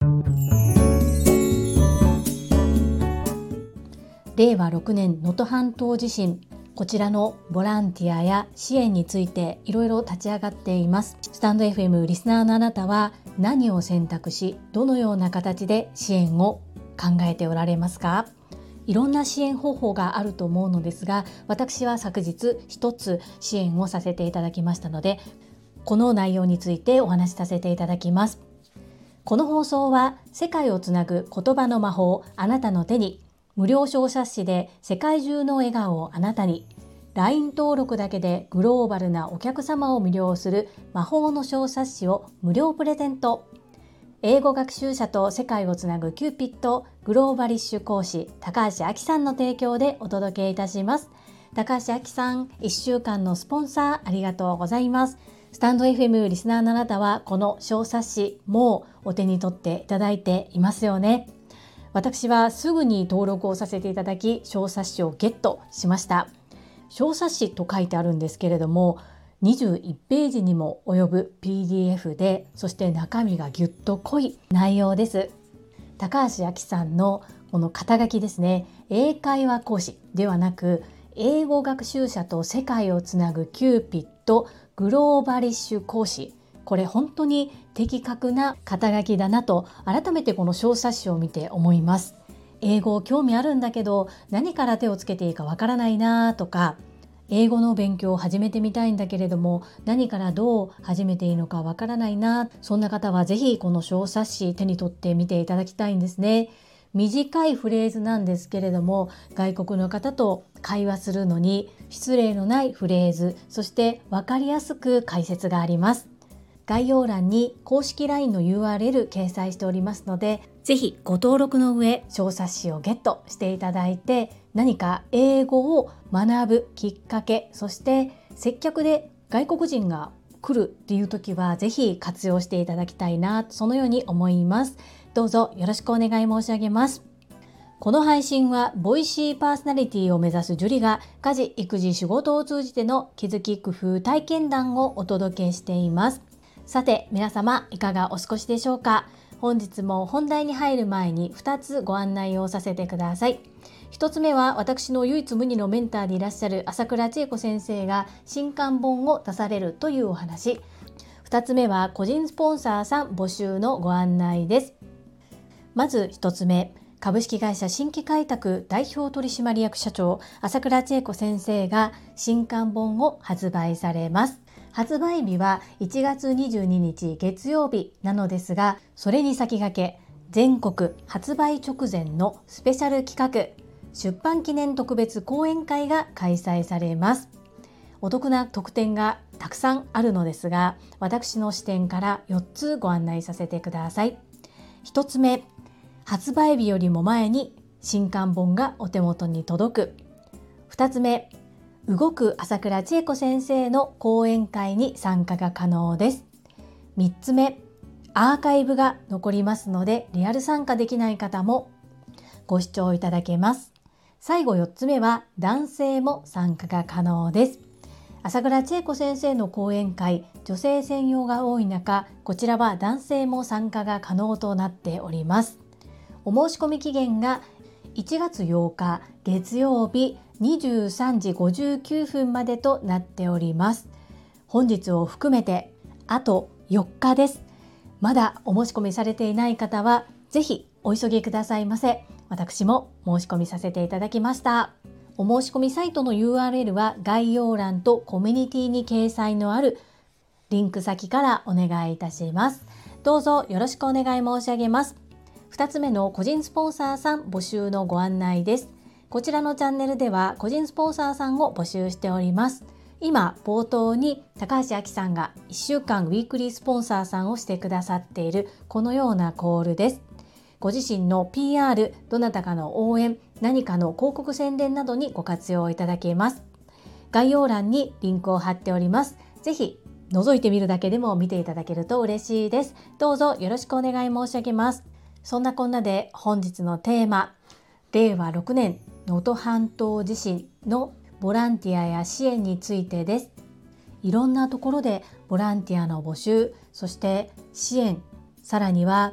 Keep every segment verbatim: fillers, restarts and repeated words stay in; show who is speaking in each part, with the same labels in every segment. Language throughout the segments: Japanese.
Speaker 1: れいわろくねん能登半島地震、こちらのボランティアや支援についていろいろ立ち上がっています。スタンド エフエム リスナーのあなたは何を選択し、どのような形で支援を考えておられますか？いろんな支援方法があると思うのですが、私は昨日一つ支援をさせていただきましたので、この内容についてお話しさせていただきます。この放送は世界をつなぐ言葉の魔法、あなたの手に、無料小冊子で世界中の笑顔をあなたに、ライン 登録だけでグローバルなお客様を魅了する魔法の小冊子を無料プレゼント。英語学習者と世界をつなぐキューピットグローバリッシュ講師高橋明さんの提供でお届けいたします。高橋明さん、いっしゅうかんのスポンサーありがとうございます。スタンド エフエム リスナーのあなたはこの小冊子もうお手に取っていただいていますよね。私はすぐに登録をさせていただき、小冊子をゲットしました。小冊子と書いてあるんですけれども、にじゅういちページにも及ぶ ピーディーエフ で、そして中身がぎゅっと濃い内容です。高橋明さんのこの肩書きですね、英会話講師ではなく、英語学習者と世界をつなぐキューピットグローバリッシュ講師、これ本当に的確な肩書きだなと改めてこの小冊子を見て思います。英語興味あるんだけど何から手をつけていいかわからないなとか、英語の勉強を始めてみたいんだけれども何からどう始めていいのかわからないな、そんな方はぜひこの小冊子手に取ってみていただきたいんですね。短いフレーズなんですけれども、外国の方と会話するのに失礼のないフレーズ、そしてわかりやすく解説があります。概要欄に公式 ライン の ユーアールエル 掲載しておりますので、ぜひご登録の上小冊子をゲットしていただいて、何か英語を学ぶきっかけ、そして接客で外国人が来るっていう時はぜひ活用していただきたいな、そのように思います。どうぞよろしくお願い申し上げます。この配信はボイシーパーソナリティを目指すジュリが家事・育児・仕事を通じての気づき・工夫・体験談をお届けしています。さて皆様いかがお過ごしでしょうか。本日も本題に入る前にふたつご案内をさせてください。ひとつめは私の唯一無二のメンターでいらっしゃる朝倉千恵子先生が新刊本を出されるというお話。ふたつめは個人スポンサーさん募集のご案内です。まずひとつめ、株式会社新規開拓代表取締役社長朝倉千恵子先生が新刊本を発売されます。発売日はいちがつにじゅうににち月曜日なのですが、それに先駆け全国発売直前のスペシャル企画出版記念特別講演会が開催されます。お得な特典がたくさんあるのですが、私の視点からよっつご案内させてください。ひとつめ、発売日よりも前に新刊本がお手元に届く。ふたつめ、動く朝倉千恵子先生の講演会に参加が可能です。みっつめ、アーカイブが残りますのでリアル参加できない方もご視聴いただけます。最後よっつめは男性も参加が可能です。朝倉千恵子先生の講演会、女性専用が多い中、こちらは男性も参加が可能となっております。お申し込み期限がいちがつようか月曜日にじゅうさんじごじゅうきゅうふんまでとなっております。本日を含めてあとよっかです。まだお申し込みされていない方はぜひお急ぎくださいませ。私も申し込みさせていただきました。お申し込みサイトの ユーアールエル は概要欄とコミュニティに掲載のあるリンク先からお願いいたします。どうぞよろしくお願い申し上げます。ふたつめの個人スポンサーさん募集のご案内です。こちらのチャンネルでは個人スポンサーさんを募集しております。今冒頭に高橋明さんがいっしゅうかんウィークリースポンサーさんをしてくださっているこのようなコールです。ご自身の ピーアール、どなたかの応援、何かの広告宣伝などにご活用いただけます。概要欄にリンクを貼っております。ぜひ覗いてみるだけでも見ていただけると嬉しいです。どうぞよろしくお願い申し上げます。そんなこんなで本日のテーマ、れいわろくねん能登半島地震のボランティアや支援についてです。いろんなところでボランティアの募集、そして支援、さらには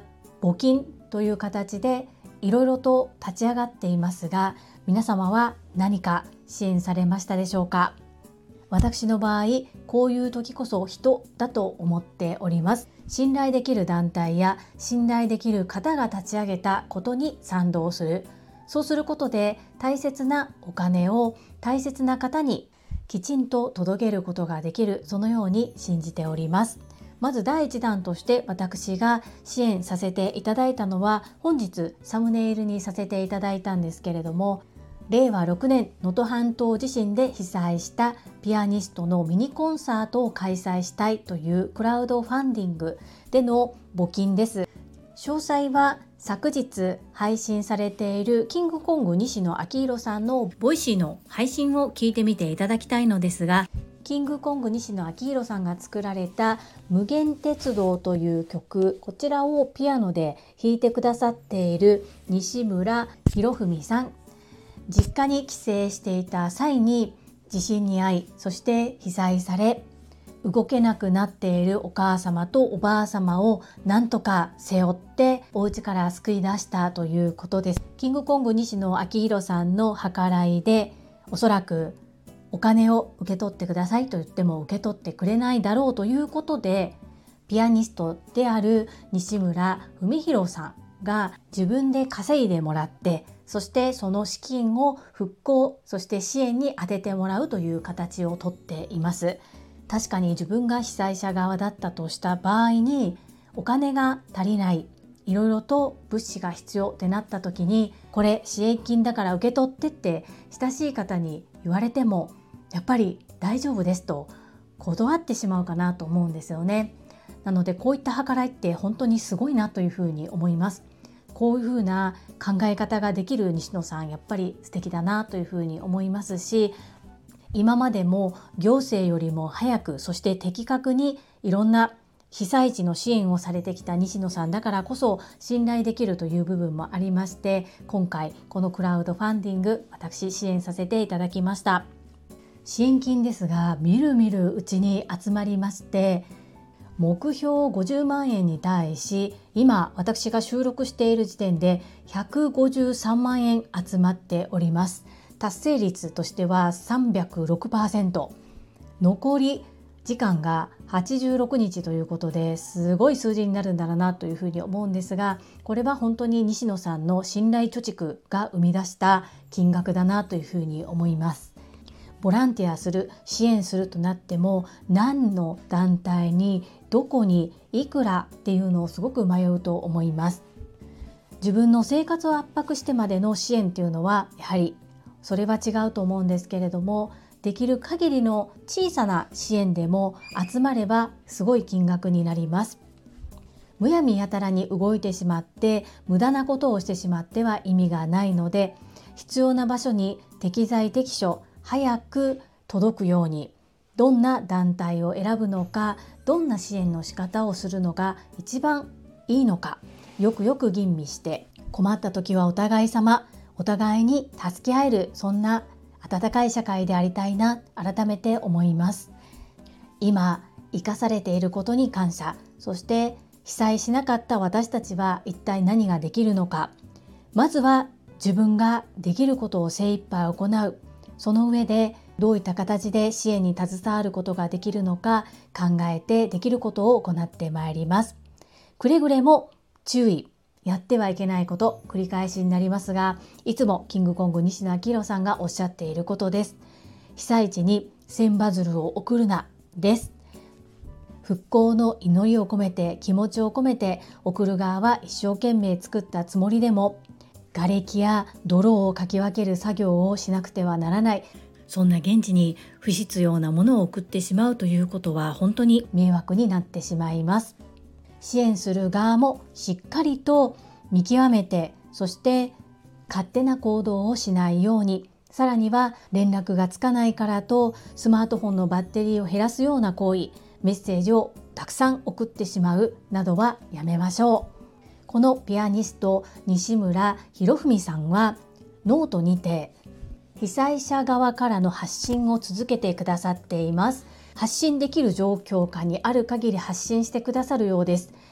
Speaker 1: 募金という形でいろいろと立ち上がっていますが、皆様は何か支援されましたでしょうか？私の場合、こういう時こそ人だと思っております。信頼できる団体や信頼できる方が立ち上げたことに賛同する。そうすることで大切なお金を大切な方にきちんと届けることができる、そのように信じております。まず第一弾として私が支援させていただいたのは、本日サムネイルにさせていただいたんですけれども、れいわろくねん能登半島地震で被災したピアニストのミニコンサートを開催したいというクラウドファンディングでの募金です。詳細は昨日配信されているキングコング西野昭弘さんのボイシーの配信を聞いてみていただきたいのですが、キングコング西野昭弘さんが作られた無限鉄道という曲、こちらをピアノで弾いてくださっている西村博文さん、実家に帰省していた際に地震に遭い、そして被災され、動けなくなっているお母様とおばあ様をなんとか背負ってお家から救い出したということです。キングコング西野昭弘さんの計らいで、おそらくお金を受け取ってくださいと言っても受け取ってくれないだろうということで、ピアニストである西村文弘さんが自分で稼いでもらって、そしてその資金を復興、そして支援に充ててもらうという形をとっています。確かに自分が被災者側だったとした場合に、お金が足りない、いろいろと物資が必要ってなった時に、これ支援金だから受け取ってって親しい方に言われても、やっぱり大丈夫ですと断ってしまうかなと思うんですよね。なのでこういった計らいって本当にすごいなというふうに思います。こういうふうな考え方ができる西野さん、やっぱり素敵だなというふうに思いますし、今までも行政よりも早く、そして的確にいろんな被災地の支援をされてきた西野さんだからこそ信頼できるという部分もありまして、今回このクラウドファンディング、私支援させていただきました。支援金ですが、みるみるうちに集まりまして、目標ごじゅうまんえんに対し、今私が収録している時点でひゃくごじゅうさんまんえん集まっております。達成率としては さんびゃくろくパーセント、 残り時間がはちじゅうろくにちということで、すごい数字になるんだろうなというふうに思うんですが、これは本当に西野さんの信頼貯蓄が生み出した金額だなというふうに思います。ボランティアする、支援するとなっても、何の団体にどこにいくらっていうのをすごく迷うと思います。自分の生活を圧迫してまでの支援っていうのはやはりそれは違うと思うんですけれども、できる限りの小さな支援でも集まればすごい金額になります。むやみやたらに動いてしまって無駄なことをしてしまっては意味がないので、必要な場所に適材適所早く届くように、どんな団体を選ぶのか、どんな支援の仕方をするのが一番いいのか、よくよく吟味して、困った時はお互い様、お互いに助け合える、そんな温かい社会でありたいな、改めて思います。今生かされていることに感謝、そして被災しなかった私たちは一体何ができるのか、まずは自分ができることを精一杯行う、その上でどういった形で支援に携わることができるのか考えて、できることを行ってまいります。くれぐれも注意、やってはいけないこと、繰り返しになりますが、いつもキングコング西野昭弘さんがおっしゃっていることです。被災地に千羽鶴を送るなです。復興の祈りを込めて、気持ちを込めて送る側は一生懸命作ったつもりでも、瓦礫や泥をかき分ける作業をしなくてはならない、そんな現地に不必要なものを送ってしまうということは本当に迷惑になってしまいます。支援する側もしっかりと見極めて、そして勝手な行動をしないように、さらには連絡がつかないからとスマートフォンのバッテリーを減らすような行為、メッセージをたくさん送ってしまうなどはやめましょう。このピアニスト西村博文さんはノートにて被災者側からの発信を続けてくださっています。発信できる状況下にある限り発信してくださるようです。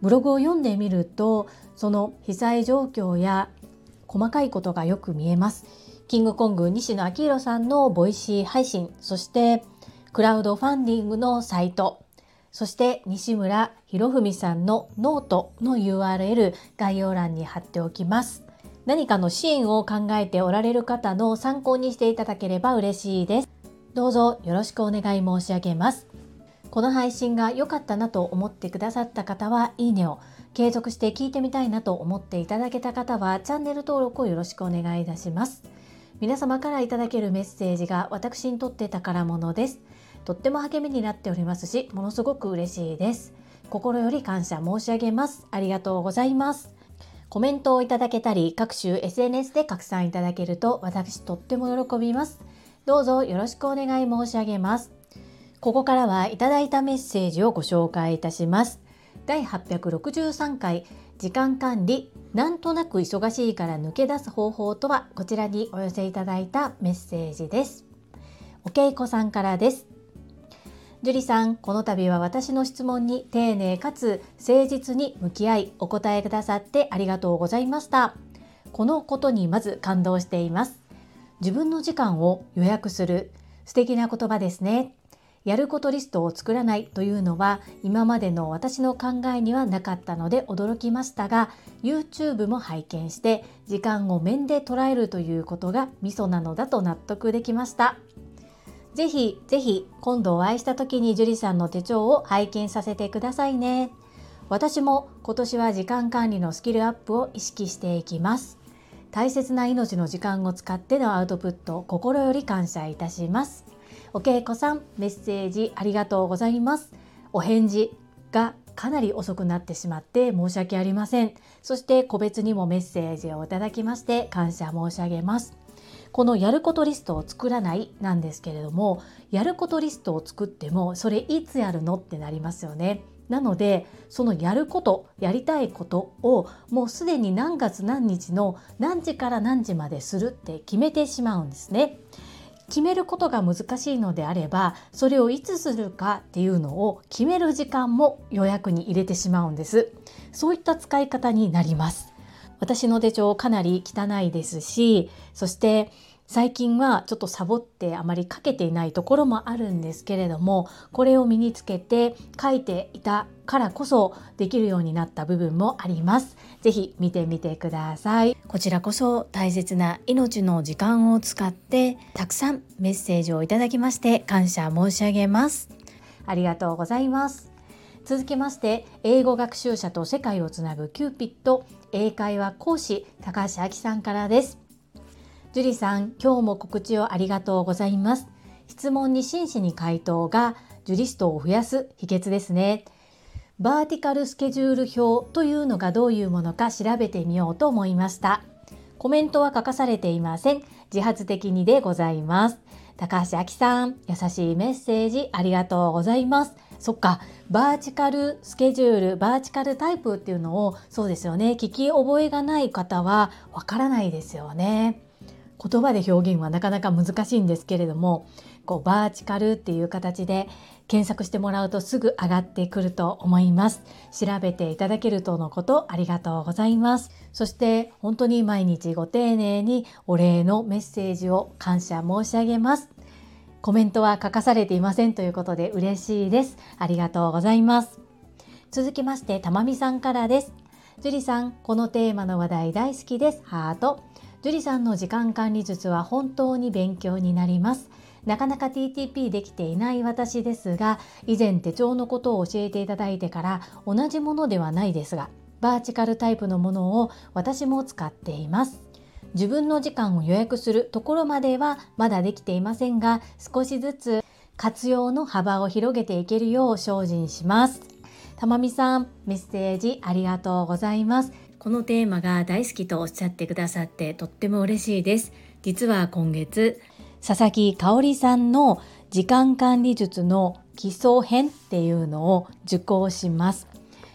Speaker 1: ブログを読んでみると、その被災状況や細かいことがよく見えます。キングコング西野昭弘さんのボイシー配信、そしてクラウドファンディングのサイト、そして西村博文さんのノートの ユーアールエル 概要欄に貼っておきます。何かの支援を考えておられる方の参考にしていただければ嬉しいです。どうぞよろしくお願い申し上げます。この配信が良かったなと思ってくださった方はいいねを、継続して聞いてみたいなと思っていただけた方はチャンネル登録をよろしくお願いいたします。皆様からいただけるメッセージが私にとって宝物です。とっても励みになっておりますし、ものすごく嬉しいです。心より感謝申し上げます。ありがとうございます。コメントをいただけたり、各種 エスエヌエス で拡散いただけると私とっても喜びます。どうぞよろしくお願い申し上げます。ここからはいただいたメッセージをご紹介いたします。だいはっぴゃくろくじゅうさんかい時間管理、なんとなく忙しいから抜け出す方法とは、こちらにお寄せいただいたメッセージです。おけいこさんからです。樹里さん、この度は私の質問に丁寧かつ誠実に向き合いお答えくださってありがとうございました。このことにまず感動しています。自分の時間を予約する、素敵な言葉ですね。やることリストを作らないというのは今までの私の考えにはなかったので驚きましたが、 YouTube も拝見して時間を面で捉えるということがミソなのだと納得できました。ぜひぜひ今度お会いした時に樹里さんの手帳を拝見させてくださいね。私も今年は時間管理のスキルアップを意識していきます。大切な命の時間を使ってのアウトプット、心より感謝いたします。おけいこさん、メッセージありがとうございます。お返事がかなり遅くなってしまって申し訳ありません。そして個別にもメッセージをいただきまして感謝申し上げます。このやることリストを作らないなんですけれども、やることリストを作ってもそれいつやるのってなりますよね。なのでそのやること、やりたいことをもうすでに何月何日の何時から何時までするって決めてしまうんですね。決めることが難しいのであれば、それをいつするかっていうのを決める時間も予約に入れてしまうんです。そういった使い方になります。私の手帳かなり汚いですし、そして最近はちょっとサボってあまり書けていないところもあるんですけれども、これを身につけて書いていたからこそできるようになった部分もあります。ぜひ見てみてください。こちらこそ大切な命の時間を使ってたくさんメッセージをいただきまして感謝申し上げます。ありがとうございます。続きまして、英語学習者と世界をつなぐキューピット英会話講師高橋明さんからです。樹里さん、今日も告知をありがとうございます。質問に真摯に回答がジュリストを増やす秘訣ですね。バーティカルスケジュール表というのがどういうものか調べてみようと思いました。コメントは書かされていません。自発的にでございます。高橋明さん、優しいメッセージありがとうございます。そっか、バーチカルスケジュール、バーチカルタイプっていうのを、そうですよね、聞き覚えがない方はわからないですよね。言葉で表現はなかなか難しいんですけれども、こうバーチカルっていう形で検索してもらうとすぐ上がってくると思います。調べていただけるとのこと、ありがとうございます。そして本当に毎日ご丁寧にお礼のメッセージを感謝申し上げます。コメントは書かされていませんということで嬉しいです。ありがとうございます。続きまして、たまみさんからです。樹里さん、このテーマの話題大好きです。ハート。樹里さんの時間管理術は本当に勉強になります。なかなか ティーティーピー できていない私ですが、以前手帳のことを教えていただいてから同じものではないですが、バーチカルタイプのものを私も使っています。自分の時間を予約するところまではまだできていませんが、少しずつ活用の幅を広げていけるよう精進します。たまみさん、メッセージありがとうございます。このテーマが大好きとおっしゃってくださってとっても嬉しいです。実は今月、佐々木香織さんの時間管理術の基礎編っていうのを受講します。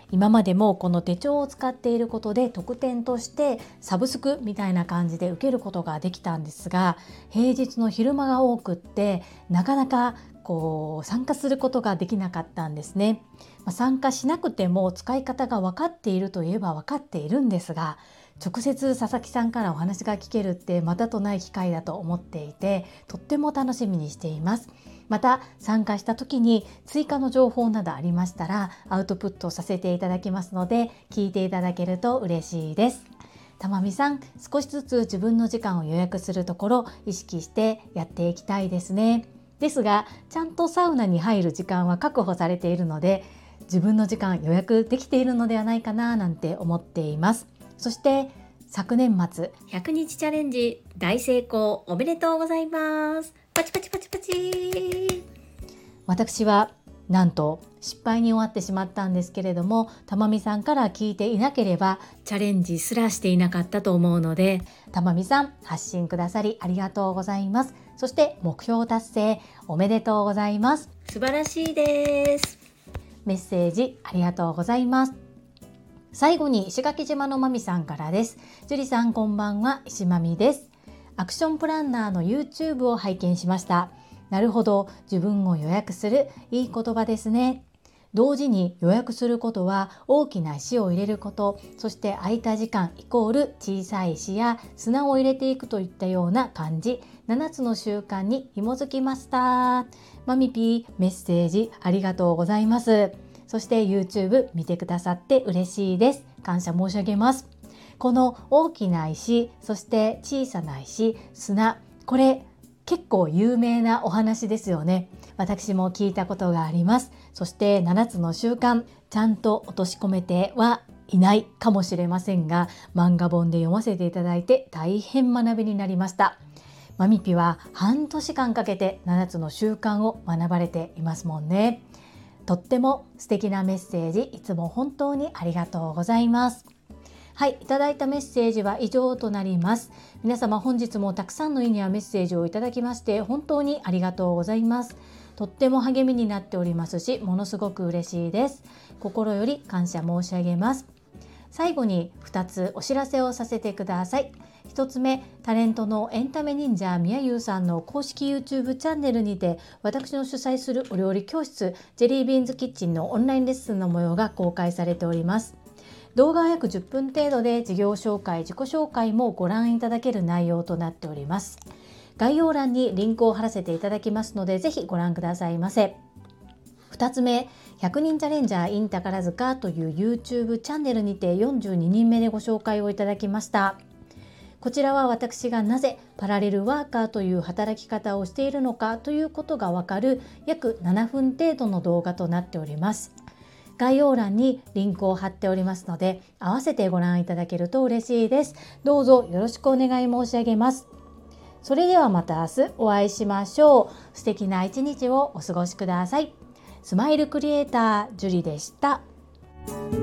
Speaker 1: 今までもこの手帳を使っていることで特典としてサブスクみたいな感じで受けることができたんですが、平日の昼間が多くってなかなかこう参加することができなかったんですね。まあ、参加しなくても使い方が分かっているといえば分かっているんですが、直接佐々木さんからお話が聞けるってまたとない機会だと思っていて、とっても楽しみにしています。また参加した時に追加の情報などありましたらアウトプットさせていただきますので、聞いていただけると嬉しいです。たまみさん、少しずつ自分の時間を予約するところ意識してやっていきたいですね。ですがちゃんとサウナに入る時間は確保されているので、自分の時間予約できているのではないかななんて思っています。そして昨年末ひゃくにちチャレンジ大成功おめでとうございます。パチパチパチパチ。私はなんと失敗に終わってしまったんですけれども、たまみさんから聞いていなければチャレンジすらしていなかったと思うので、たまみさん発信くださりありがとうございます。そして目標達成おめでとうございます。素晴らしいです。メッセージありがとうございます。最後に石垣島のまみさんからです。樹里さんこんばんは、石まみです。アクションプランナーの YouTube を拝見しました。なるほど、自分を予約する、いい言葉ですね。同時に予約することは大きな石を入れること、そして空いた時間イコール小さい石や砂を入れていくといったような感じ、ななつの習慣に紐づきました。まみぴー、メッセージありがとうございます。そして YouTube 見てくださって嬉しいです。感謝申し上げます。この大きな石、そして小さな石、砂、これ結構有名なお話ですよね。私も聞いたことがあります。そしてななつの習慣、ちゃんと落とし込めてはいないかもしれませんが、漫画本で読ませていただいて大変学びになりました。まみぴは半年間かけてななつの習慣を学ばれていますもんね。とっても素敵なメッセージ、いつも本当にありがとうございます。はい、いただいたメッセージは以上となります。皆様本日もたくさんの意味やメッセージをいただきまして本当にありがとうございます。とっても励みになっておりますし、ものすごく嬉しいです。心より感謝申し上げます。最後にふたつお知らせをさせてください。ひとつめ、タレントのエンタメ忍者みやゆうさんの公式 YouTube チャンネルにて、私の主催するお料理教室ジェリービーンズキッチンのオンラインレッスンの模様が公開されております。動画は約じゅっぷん程度で、事業紹介、自己紹介もご覧いただける内容となっております。概要欄にリンクを貼らせていただきますので、ぜひご覧くださいませ。ふたつめ、ひゃくにんチャレンジャー in 宝塚という YouTube チャンネルにてよんじゅうににんめでご紹介をいただきました。こちらは私がなぜパラレルワーカーという働き方をしているのかということがわかる約ななふん程度の動画となっております。概要欄にリンクを貼っておりますので、合わせてご覧いただけると嬉しいです。どうぞよろしくお願い申し上げます。それではまた明日お会いしましょう。素敵な一日をお過ごしください。スマイルクリエイタージュリでした。